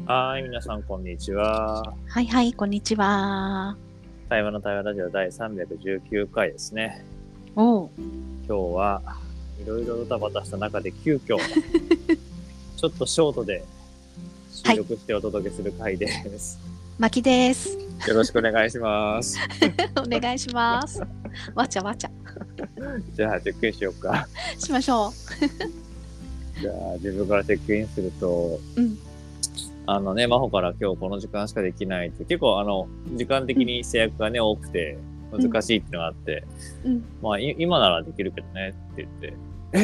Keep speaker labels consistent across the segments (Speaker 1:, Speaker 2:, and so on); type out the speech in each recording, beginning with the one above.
Speaker 1: はい、皆さんこんにちは。
Speaker 2: はいはい、こんにちは。
Speaker 1: 対話の対話ラジオ第319回ですね。
Speaker 2: おう。
Speaker 1: 今日はいろいろドタバタした中で急遽、ちょっとショートで収録してお届けする回です。
Speaker 2: まきです。
Speaker 1: よろしくお願いします。
Speaker 2: お願いします。わちゃわちゃ。
Speaker 1: じゃあ、チェックインしようか。
Speaker 2: しましょ
Speaker 1: じゃあ、自分からチェックインすると、
Speaker 2: う。うん。
Speaker 1: 真帆から今日この時間しかできないって、結構時間的に制約がね、多くて難しいっていうのがあって、まあ、今ならできるけどねって言って、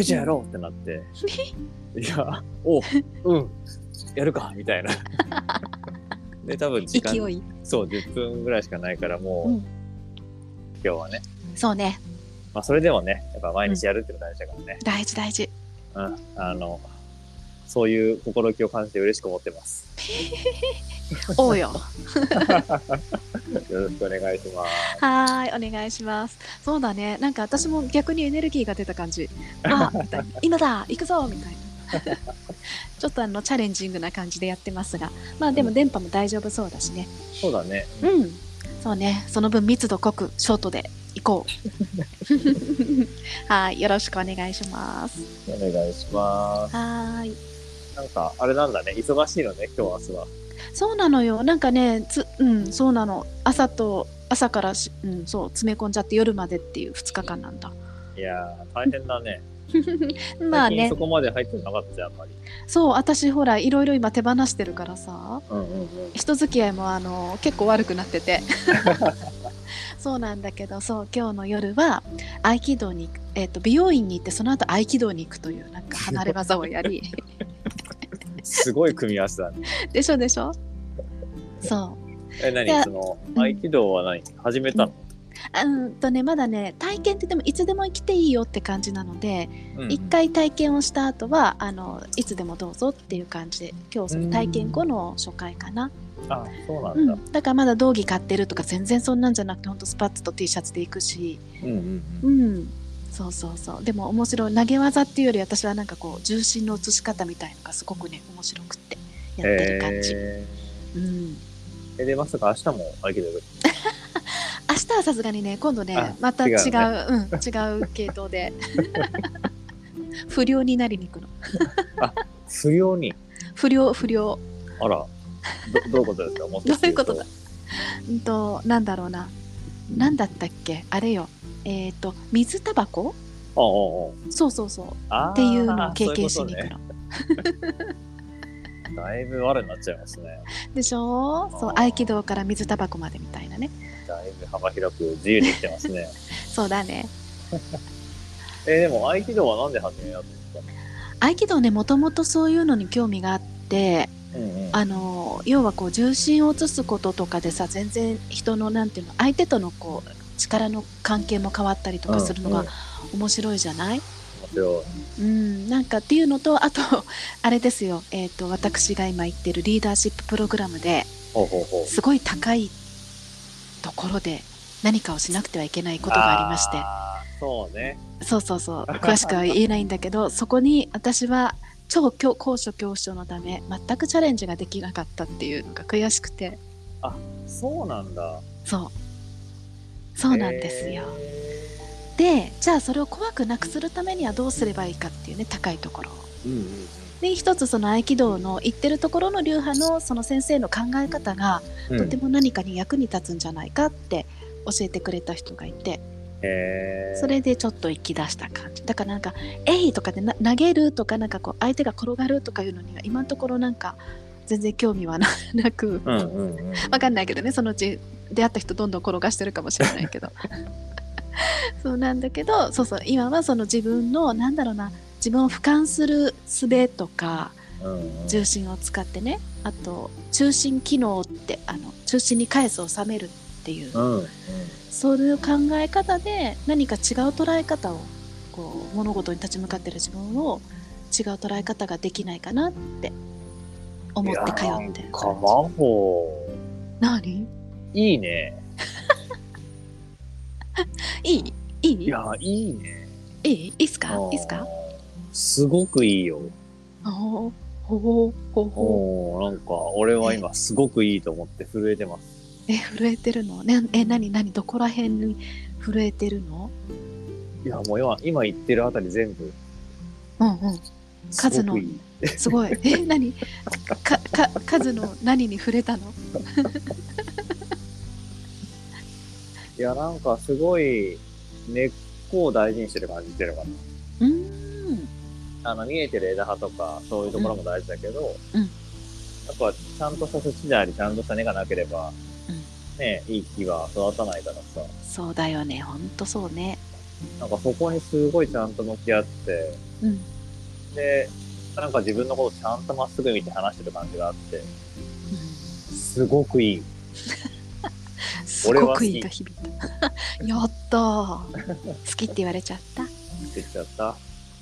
Speaker 1: じゃあやろうってなって、いや、やるかみたいな。で、多分時間、
Speaker 2: 勢い。
Speaker 1: そう、10分ぐらいしかないからもう、今日はね。
Speaker 2: そうね。
Speaker 1: まあ、それでもね、やっぱ毎日やるっていうのが大事だからね。
Speaker 2: 大事大事。
Speaker 1: そういう心意気を感じて嬉しく思ってます。
Speaker 2: おうよ。
Speaker 1: よろしくお願いします。
Speaker 2: はい、お願いします。そうだね。なんか私も逆にエネルギーが出た感じ。あ、みたいな。今だ、行くぞみたいな。ちょっとチャレンジングな感じでやってますが、まあでも電波も大丈夫そうだしね。
Speaker 1: そうだね。
Speaker 2: うん。そうね。その分密度濃くショートで行こう。はい、よろしくお願いします。
Speaker 1: お願いします。
Speaker 2: はい。
Speaker 1: なんかあれなんだね。忙しいのね。今日明日は。
Speaker 2: そうなのよ。なんかね、そうなの。朝からそう詰め込んじゃって夜までっていう2日間なんだ。
Speaker 1: いやー大変だね。
Speaker 2: まあね。
Speaker 1: 最近そこまで入ってなかったじゃんあんまり。
Speaker 2: そう、私ほらいろいろ今手放してるからさ、人付き合いも結構悪くなってて。そうなんだけど、そう今日の夜は合気道に美容院に行ってその後合気道に行くというなんか離れ技をやり。
Speaker 1: すごい組み合わせだね。
Speaker 2: でしょでしょ。そう。
Speaker 1: 何その合気道は何、始めたの？
Speaker 2: まだね体験ってでもいつでも来ていいよって感じなので、一回体験をした後はいつでもどうぞっていう感じで、今日その体験後の初回かな。
Speaker 1: あ、そうなんだ。
Speaker 2: だからまだ道着買ってるとか全然そんなんじゃなくて、ほんとスパッツと T シャツで行くし、そうそうそう。でも面白い、投げ技っていうより私はなんかこう重心の移し方みたいのがすごくね面白くってやってる感じ。
Speaker 1: でまさか明日も合気道やる？
Speaker 2: 明日はさすがにね、今度ねまた違う、違う系統で不良になりに行くの。
Speaker 1: あ、不良に。
Speaker 2: 不良。
Speaker 1: あら、どういうことですか？もっと
Speaker 2: どういうことだ。なんだろうな。なんだったっけあれよ。水タバコ？そうっていうのを経験しに行くの。
Speaker 1: だいぶ悪になっちゃいますね。
Speaker 2: でしょ。そう、合気道から水タバコまでみたいなね。
Speaker 1: だいぶ幅広く自由に生きてますね。
Speaker 2: そうだね。
Speaker 1: でも合気道はなんで始めようと思ったの？
Speaker 2: 合気道ね、もともとそういうのに興味があって、要はこう重心を移すこととかでさ、全然人のなんていうの、相手とのこう力の関係も変わったりとかするのが面白いじゃない？なんかっていうのと、あとあれですよ、私が今言ってるリーダーシッププログラムですごい高いところで何かをしなくてはいけないことがありまして。
Speaker 1: そうね。
Speaker 2: そう詳しくは言えないんだけど、そこに私は超高所恐怖症のため全くチャレンジができなかったっていうのが悔しくて。
Speaker 1: あ、そうなんだ。
Speaker 2: そうなんですよ。で、じゃあそれを怖くなくするためにはどうすればいいかっていうね、高いところを。で、一つその合気道の言ってるところの流派のその先生の考え方が、とても何かに役に立つんじゃないかって教えてくれた人がいて、それでちょっと行き出した感じだから、なんか「えい!」とかで投げるとか、なんかこう相手が転がるとかいうのには今のところなんか全然興味はなく、分かんないけどね、そのうち出会った人どんどん転がしてるかもしれないけど。そうなんだけど、今はその自分のなんだろうな、自分を俯瞰する術とか、重心を使ってね、あと中心機能って中心に返す収めるっていう、そういう考え方で何か違う捉え方をこう物事に立ち向かってる自分を違う捉え方ができないかなって思って通ってる感じ。
Speaker 1: 真帆、
Speaker 2: 何？
Speaker 1: いいね。
Speaker 2: いい？
Speaker 1: いや、いいね。
Speaker 2: いいっすか？いいっすか？
Speaker 1: すごくいいよ。
Speaker 2: ほほほ。
Speaker 1: なんか俺は今すごくいいと思って震えてます。
Speaker 2: 震えてるのね。何どこら辺に震えてるの？
Speaker 1: いやもう今言ってるあたり全部。
Speaker 2: 数のすごい。何？数の何に触れたの？
Speaker 1: いやなんかすごい根っこを大事にしてる感じっていうのかな。見えてる枝葉とかそういうところも大事だけど、やっぱちゃんとした土でありちゃんとした根がなければ、ね、いい木は育たないからさ。
Speaker 2: そうだよね、ほんとそうね。
Speaker 1: なんかそこにすごいちゃんと向き合って、でなんか自分のことちゃんとまっすぐ見て話してる感じがあって、すごくいい。
Speaker 2: すごくいいと響いた。やったー。好きって言われちゃった。
Speaker 1: 言っちゃった。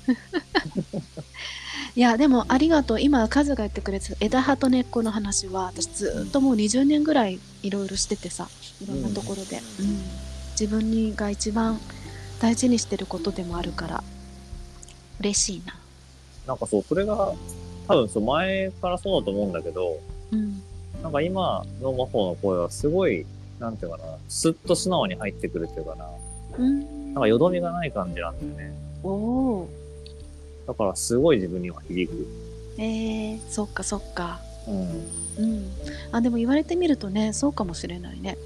Speaker 2: いやでもありがとう。今カズが言ってくれてた枝葉と根っこの話は私ずっともう20年ぐらいいろいろしててさ、いろんなところで、自分が一番大事にしてることでもあるから嬉しいな。
Speaker 1: なんかそう、それが多分そう前からそうだと思うんだけど、なんか今の真帆の声はすごいなんていうかな、スッと素直に入ってくるっていうかな、なんかよどみがない感じなんだよね。だからすごい自分には響く。
Speaker 2: そっかそっか。あ、でも言われてみるとね、そうかもしれないね。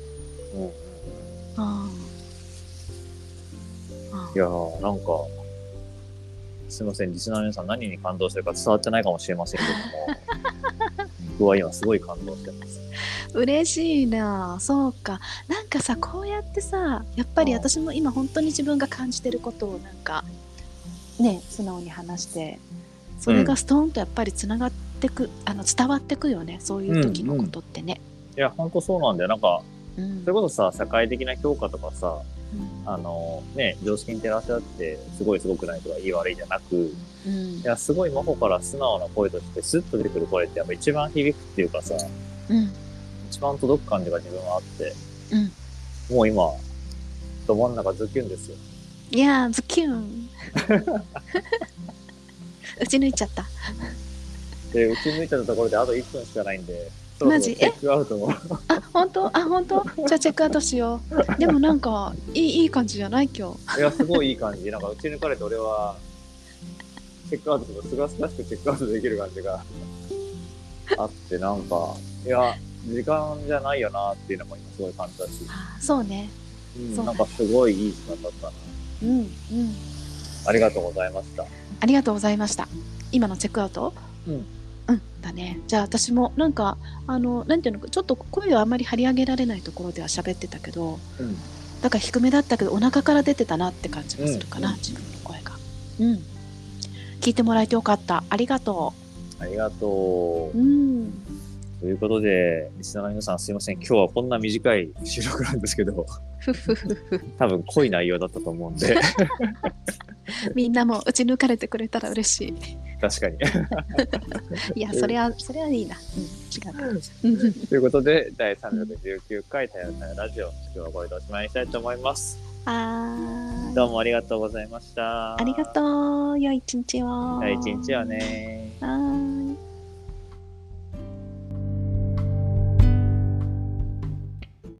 Speaker 1: いやーなんかすいません、リスナーの皆さん何に感動してるか伝わってないかもしれませんけども僕は今すごい感動してます。
Speaker 2: 嬉しいな。そうか。なんかさ、こうやってさ、やっぱり私も今本当に自分が感じてることをなんかね、素直に話して、それがストーンとやっぱりつながってく、伝わってくよね、そういう時のことってね。
Speaker 1: いや本当そうなんだよ。なんか、それこそさ、社会的な評価とかさ、常識に照らし合ってすごくないとかいい悪いじゃなく、いやすごい真帆から素直な声としてスッと出てくる声ってやっぱ一番響くっていうかさ、一番届く感じが自分はあって、もう今ど真ん中ズキュンですよ。
Speaker 2: いやーズキュン打ち抜いちゃった。
Speaker 1: で打ち抜いたところであと1分しかないんで、マジ？チェックアウトも
Speaker 2: 本当？じゃあチェックアウトしよう。でもなんかいい感じじゃない今日。
Speaker 1: いやすごいいい感じ。なんか打ち抜かれて俺はチェックアウトするとすがすがしくチェックアウトできる感じがあって、なんかいや時間じゃないよなっていうのも今すごい感じたし。
Speaker 2: そうね。
Speaker 1: なんかすごいいい時間だったな。ありがとうございました。
Speaker 2: ありがとうございました。今のチェックアウト？だね。じゃあ私もなんかなんていうの、ちょっと声をあんまり張り上げられないところでは喋ってたけど、だから低めだったけどお腹から出てたなって感じがするかな、自分の声が。聞いてもらえてよかった。ありがと
Speaker 1: う。ありがとう。ということで、リスナーの皆さんすいません。今日はこんな短い収録なんですけど、多分濃い内容だったと思うんで。
Speaker 2: みんなも打ち抜かれてくれたら嬉しい。
Speaker 1: 確かに。
Speaker 2: いや、それはいいな。違
Speaker 1: う。ということで、第319回たやたやラジオ、今日はこれでおしまいにしたいと思います。どうもありがとうございました。
Speaker 2: ありがとう。良い一日を。
Speaker 1: 良い一日をね。